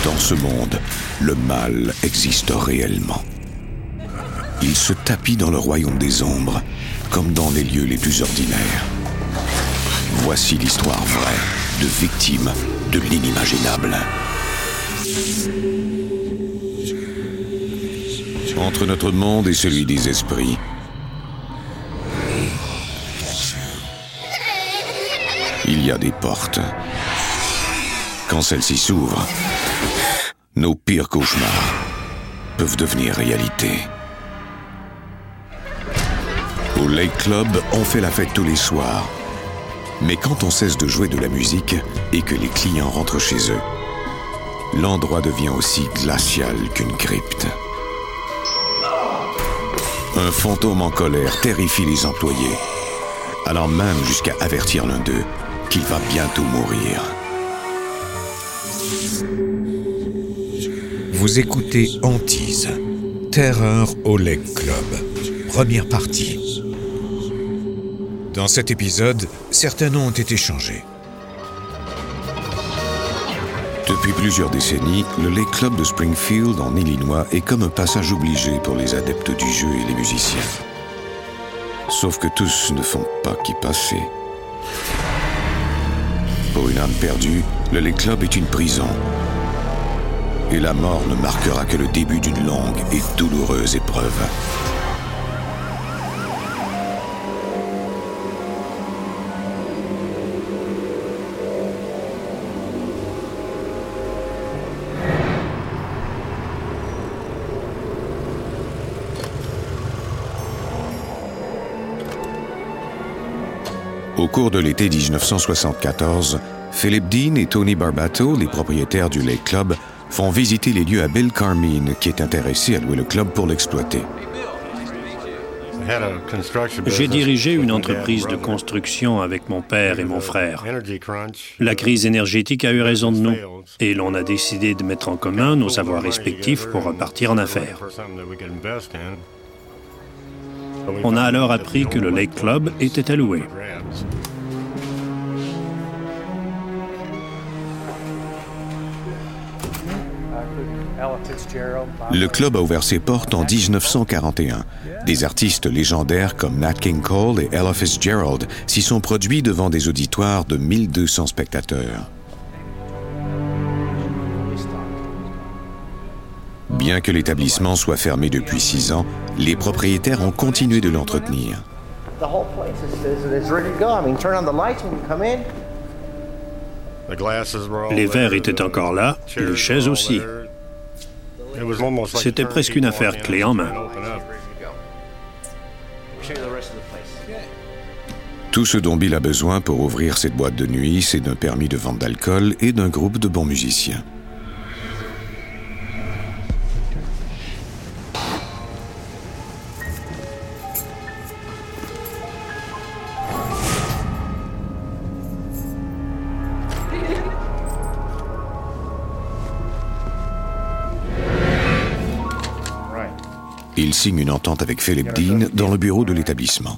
Dans ce monde, le mal existe réellement. Il se tapit dans le royaume des ombres, comme dans les lieux les plus ordinaires. Voici l'histoire vraie de victimes de l'inimaginable. Entre notre monde et celui des esprits, il y a des portes. Quand celles-ci s'ouvrent, nos pires cauchemars peuvent devenir réalité. Au Lake Club, on fait la fête tous les soirs. Mais quand on cesse de jouer de la musique et que les clients rentrent chez eux, l'endroit devient aussi glacial qu'une crypte. Un fantôme en colère terrifie les employés, allant même jusqu'à avertir l'un d'eux qu'il va bientôt mourir. Vous écoutez Hantise, Terreur au Lake Club, première partie. Dans cet épisode, certains noms ont été changés. Depuis plusieurs décennies, le Lake Club de Springfield, en Illinois, est comme un passage obligé pour les adeptes du jeu et les musiciens. Sauf que tous ne font pas qu'y passer. Pour une âme perdue, le Lake Club est une prison. Et la mort ne marquera que le début d'une longue et douloureuse épreuve. Au cours de l'été 1974, Philip Dean et Tony Barbato, les propriétaires du Lake Club, font visiter les lieux à Bill Carmine, qui est intéressé à louer le club pour l'exploiter. J'ai dirigé une entreprise de construction avec mon père et mon frère. La crise énergétique a eu raison de nous et l'on a décidé de mettre en commun nos avoirs respectifs pour repartir en affaires. On a alors appris que le Lake Club était à louer. Le club a ouvert ses portes en 1941. Des artistes légendaires comme Nat King Cole et Ella Fitzgerald s'y sont produits devant des auditoires de 1200 spectateurs. Bien que l'établissement soit fermé depuis 6 ans, les propriétaires ont continué de l'entretenir. Les verres étaient encore là, les chaises aussi. C'était presque une affaire clé en main. Tout ce dont Bill a besoin pour ouvrir cette boîte de nuit, c'est d'un permis de vente d'alcool et d'un groupe de bons musiciens. Il signe une entente avec Philip Dean dans le bureau de l'établissement.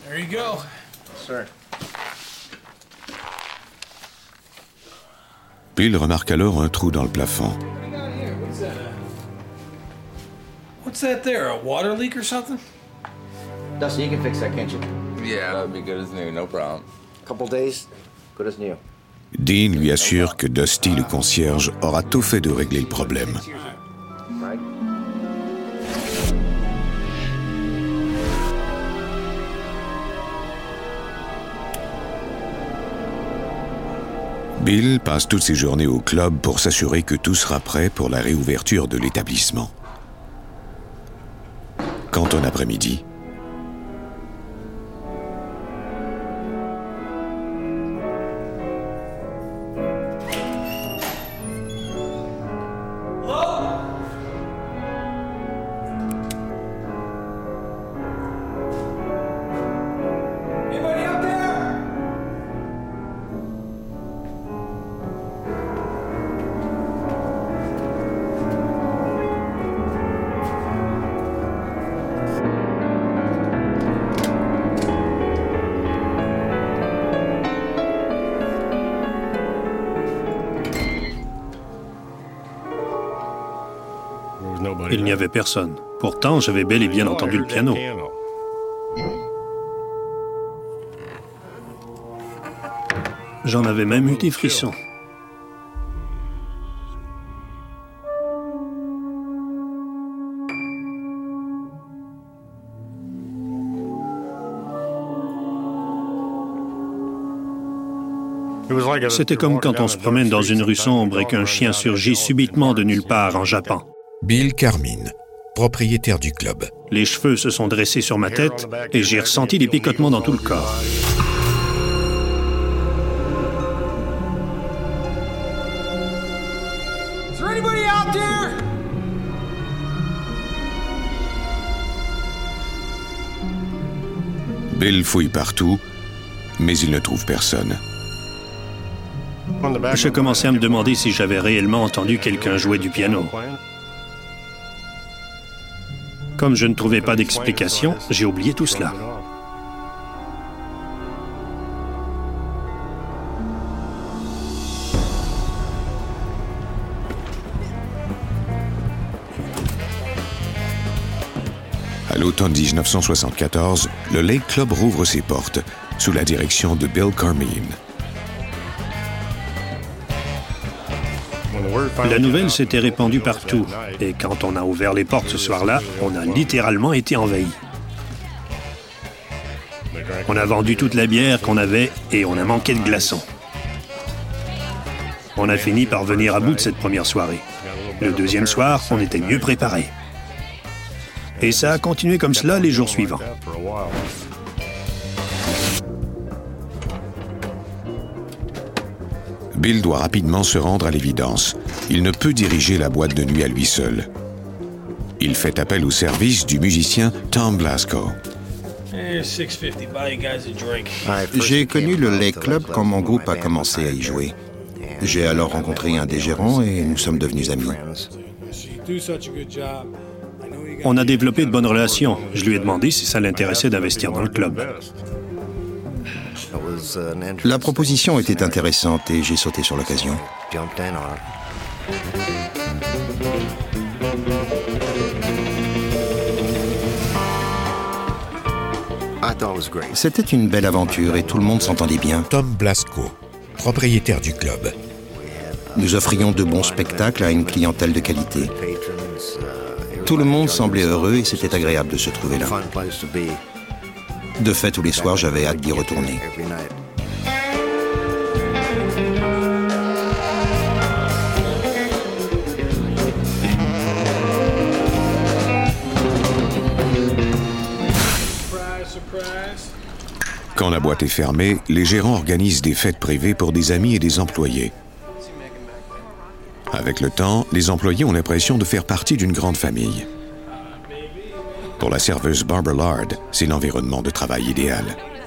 Bill remarque alors un trou dans le plafond. What's that there? A water leak or something? Dusty, you can fix that, can't you? Yeah, that'd be good as new, no problem. Couple days, good as new. Dean lui assure que Dusty, le concierge, aura tout fait de régler le problème. Bill passe toutes ses journées au club pour s'assurer que tout sera prêt pour la réouverture de l'établissement. Quand un après-midi, Il n'y avait personne. Pourtant, j'avais bel et bien entendu le piano. J'en avais même eu des frissons. C'était comme quand on se promène dans une rue sombre et qu'un chien surgit subitement de nulle part en jappant. Bill Carmine, propriétaire du club. Les cheveux se sont dressés sur ma tête et j'ai ressenti des picotements dans tout le corps. Bill fouille partout, mais il ne trouve personne. Je commençais à me demander si j'avais réellement entendu quelqu'un jouer du piano. Comme je ne trouvais pas d'explication, j'ai oublié tout cela. À l'automne 1974, le Lake Club rouvre ses portes sous la direction de Bill Carmine. La nouvelle s'était répandue partout, et quand on a ouvert les portes ce soir-là, on a littéralement été envahi. On a vendu toute la bière qu'on avait et on a manqué de glaçons. On a fini par venir à bout de cette première soirée. Le deuxième soir, on était mieux préparés. Et ça a continué comme cela les jours suivants. Bill doit rapidement se rendre à l'évidence. Il ne peut diriger la boîte de nuit à lui seul. Il fait appel au service du musicien Tom Blasco. J'ai connu le Lake Club quand mon groupe a commencé à y jouer. J'ai alors rencontré un des gérants et nous sommes devenus amis. On a développé de bonnes relations. Je lui ai demandé si ça l'intéressait d'investir dans le club. La proposition était intéressante et j'ai sauté sur l'occasion. C'était une belle aventure et tout le monde s'entendait bien. Tom Blasco, propriétaire du club. Nous offrions de bons spectacles à une clientèle de qualité. Tout le monde semblait heureux et c'était agréable de se trouver là. De fait, tous les soirs, j'avais hâte d'y retourner. Quand la boîte est fermée, les gérants organisent des fêtes privées pour des amis et des employés. Avec le temps, les employés ont l'impression de faire partie d'une grande famille. Pour la serveuse Barbara Lard, c'est l'environnement de travail idéal.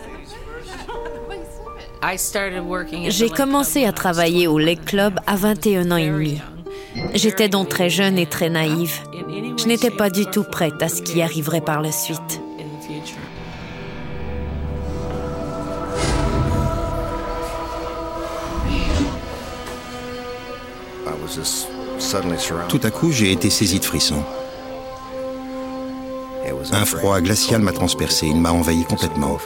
J'ai commencé à travailler au Lake Club à 21 ans et demi. J'étais donc très jeune et très naïve. Je n'étais pas du tout prête à ce qui arriverait par la suite. Tout à coup, j'ai été saisi de frissons. Un froid glacial m'a transpercé, il m'a envahi complètement.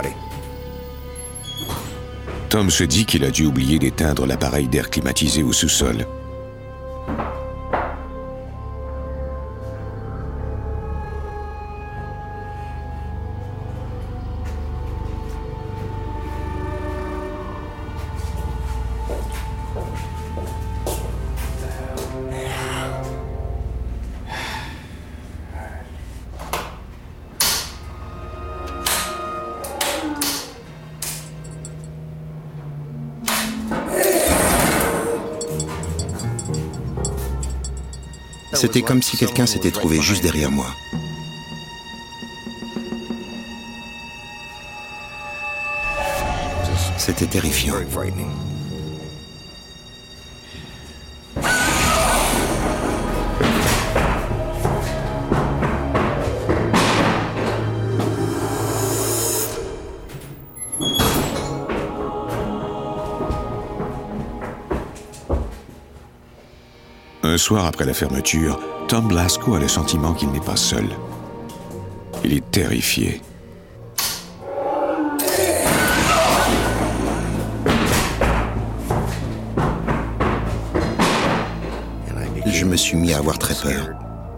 Tom se dit qu'il a dû oublier d'éteindre l'appareil d'air climatisé au sous-sol. C'était comme si quelqu'un s'était trouvé juste derrière moi. C'était terrifiant. Un soir après la fermeture, Tom Blasco a le sentiment qu'il n'est pas seul. Il est terrifié. Je me suis mis à avoir très peur.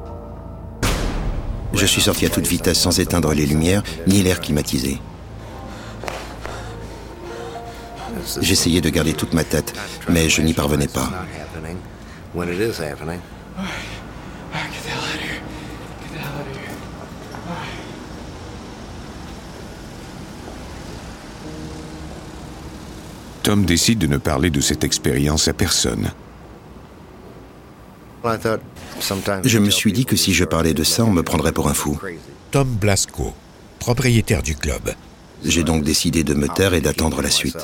Je suis sorti à toute vitesse sans éteindre les lumières ni l'air climatisé. J'essayais de garder toute ma tête, mais je n'y parvenais pas. Tom décide de ne parler de cette expérience à personne. Je me suis dit que si je parlais de ça, on me prendrait pour un fou. Tom Blasco, propriétaire du club. J'ai donc décidé de me taire et d'attendre la suite.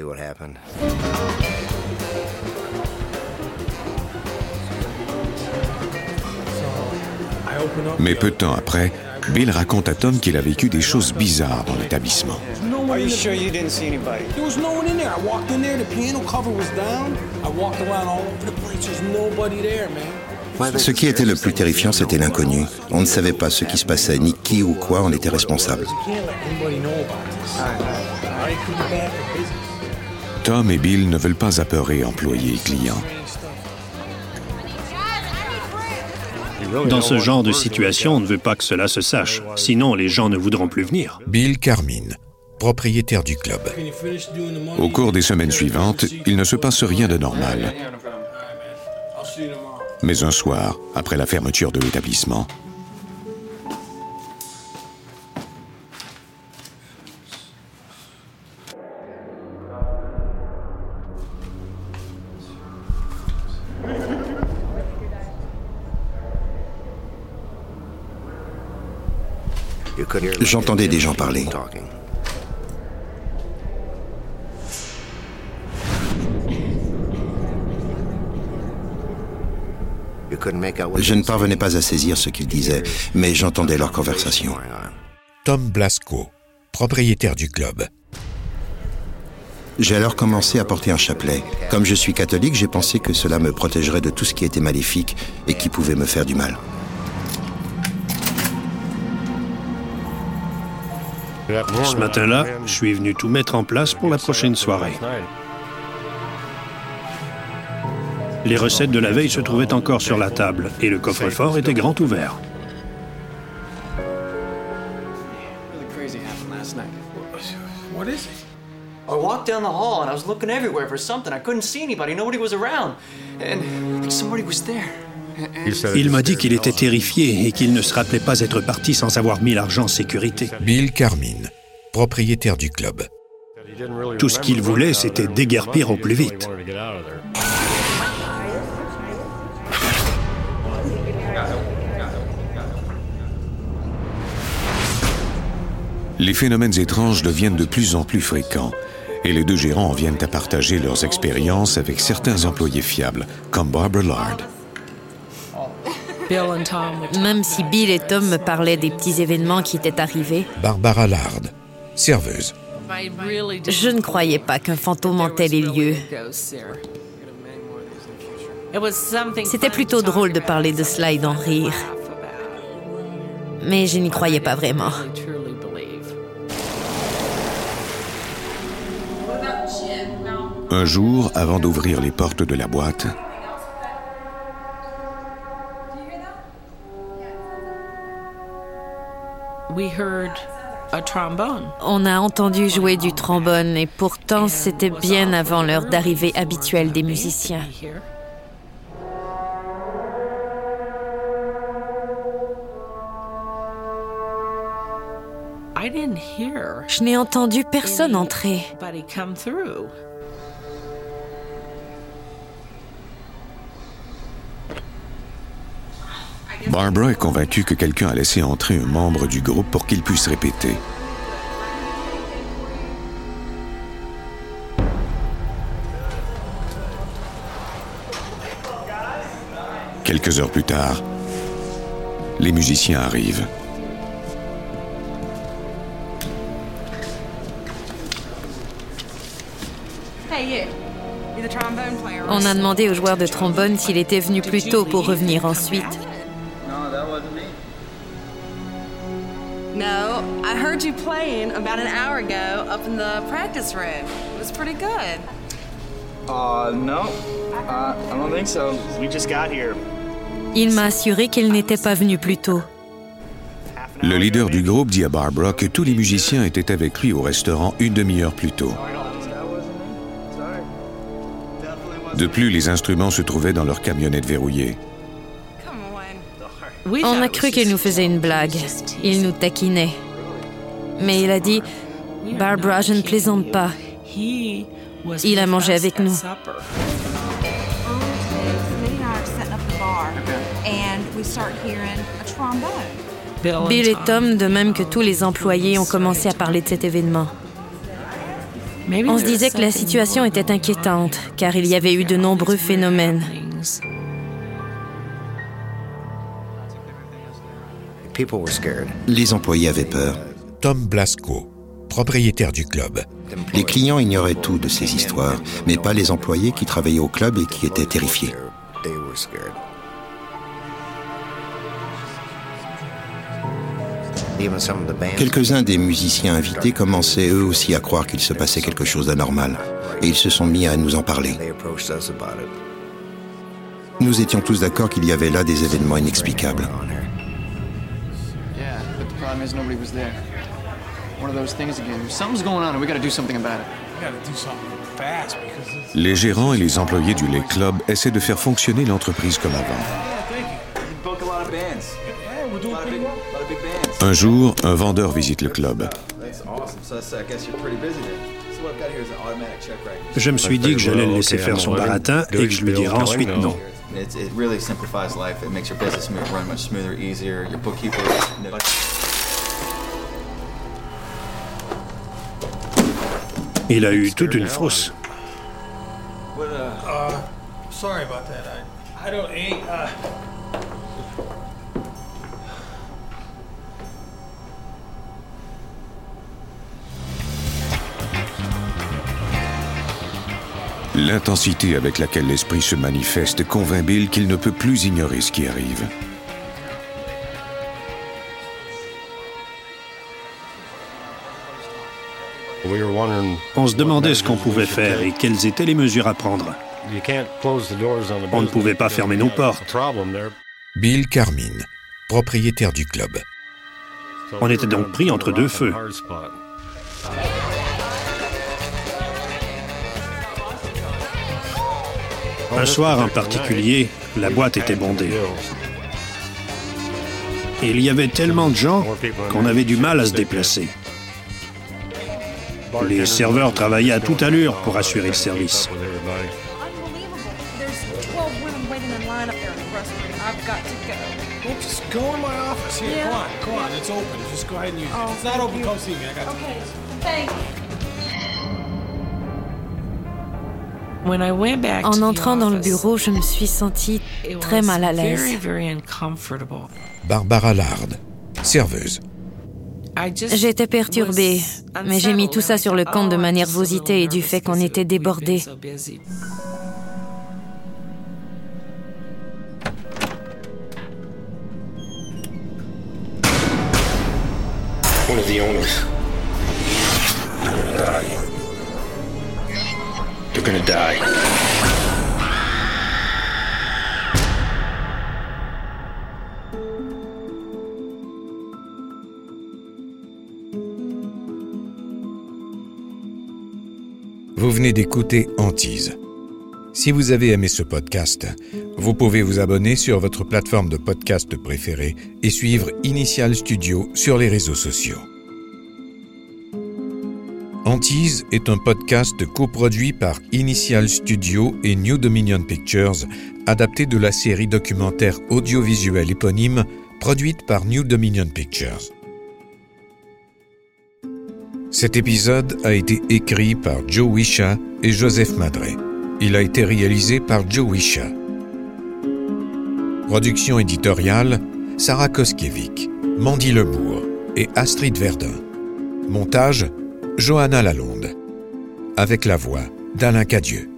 Mais peu de temps après, Bill raconte à Tom qu'il a vécu des choses bizarres dans l'établissement. Are you sure you didn't see anybody? There was no one in there. I walked in there, the piano cover was down. I walked around all over the place. There's nobody there, man. Ce qui était le plus terrifiant, c'était l'inconnu. On ne savait pas ce qui se passait, ni qui ou quoi en était responsable. Tom et Bill ne veulent pas apeurer employés et clients. Dans ce genre de situation, on ne veut pas que cela se sache. Sinon, les gens ne voudront plus venir. Bill Carmine, propriétaire du club. Au cours des semaines suivantes, il ne se passe rien de normal. Mais un soir, après la fermeture de l'établissement, j'entendais des gens parler. Je ne parvenais pas à saisir ce qu'ils disaient, mais j'entendais leur conversation. Tom Blasco, propriétaire du club. J'ai alors commencé à porter un chapelet. Comme je suis catholique, j'ai pensé que cela me protégerait de tout ce qui était maléfique et qui pouvait me faire du mal. Ce matin-là, je suis venu tout mettre en place pour la prochaine soirée. Les recettes de la veille se trouvaient encore sur la table et le coffre-fort était grand ouvert. What is it? I walked down the hall and I was looking everywhere for something. I couldn't see anybody. Nobody was around. And like somebody was there. Il m'a dit qu'il était terrifié et qu'il ne se rappelait pas être parti sans avoir mis l'argent en sécurité. Bill Carmine, propriétaire du club. Tout ce qu'il voulait, c'était déguerpir au plus vite. les phénomènes étranges deviennent de plus en plus fréquents et les deux gérants en viennent à partager leurs expériences avec certains employés fiables, comme Barbara Lard. Même si Bill et Tom me parlaient des petits événements qui étaient arrivés, Barbara Lard, serveuse. Je ne croyais pas qu'un fantôme hantait les lieux. C'était plutôt drôle de parler de cela et d'en rire. Mais je n'y croyais pas vraiment. Un jour, avant d'ouvrir les portes de la boîte, on a entendu jouer du trombone et pourtant c'était bien avant l'heure d'arrivée habituelle des musiciens. Je n'ai entendu personne entrer. Barbara est convaincue que quelqu'un a laissé entrer un membre du groupe pour qu'il puisse répéter. Quelques heures plus tard, les musiciens arrivent. On a demandé au joueur de trombone s'il était venu plus tôt pour revenir ensuite. No, I heard you playing about an hour ago up in the practice room. It was pretty good. No. I don't think so. We just got here. Il m'a assuré qu'il n'était pas venu plus tôt. Le leader du groupe dit à Barbara que tous les musiciens étaient avec lui au restaurant une demi-heure plus tôt. De plus, les instruments se trouvaient dans leur camionnette verrouillée. On a cru qu'il nous faisait une blague. Il nous taquinait. Mais il a dit « Barbara, je ne plaisante pas. » Il a mangé avec nous. Bill et Tom, de même que tous les employés, ont commencé à parler de cet événement. On se disait que la situation était inquiétante, car il y avait eu de nombreux phénomènes. Les employés avaient peur. Tom Blasco, propriétaire du club. Les clients ignoraient tout de ces histoires, mais pas les employés qui travaillaient au club et qui étaient terrifiés. Quelques-uns des musiciens invités commençaient eux aussi à croire qu'il se passait quelque chose d'anormal, et ils se sont mis à nous en parler. Nous étions tous d'accord qu'il y avait là des événements inexplicables. Les gérants et les employés du Lake Club essaient de faire fonctionner l'entreprise comme avant. Un jour, un vendeur visite le club. Je me suis dit que j'allais le laisser faire son baratin et que je lui dirai ensuite non. Il a eu toute une frousse. Sorry about that. I don't eat. L'intensité avec laquelle l'esprit se manifeste convainc Bill qu'il ne peut plus ignorer ce qui arrive. On se demandait ce qu'on pouvait faire et quelles étaient les mesures à prendre. On ne pouvait pas fermer nos portes. Bill Carmine, propriétaire du club. On était donc pris entre deux feux. Un soir en particulier, la boîte était bondée. Et il y avait tellement de gens qu'on avait du mal à se déplacer. Les serveurs travaillaient à toute allure pour assurer le service. En entrant dans le bureau, je me suis sentie très mal à l'aise. Barbara Lard, serveuse. J'étais perturbée, mais j'ai mis tout ça sur le compte de ma nervosité et du fait qu'on était débordés. One of the owners. They're gonna die. Vous venez d'écouter Hantise. Si vous avez aimé ce podcast, vous pouvez vous abonner sur votre plateforme de podcast préférée et suivre Initial Studio sur les réseaux sociaux. Hantise est un podcast coproduit par Initial Studio et New Dominion Pictures, adapté de la série documentaire audiovisuelle éponyme produite par New Dominion Pictures. Cet épisode a été écrit par Joe Wisha et Joseph Madré. Il a été réalisé par Joe Wisha. Production éditoriale, Sarah Koskiewicz, Mandy Lebourg et Astrid Verdun. Montage, Johanna Lalonde. Avec la voix d'Alain Cadieux.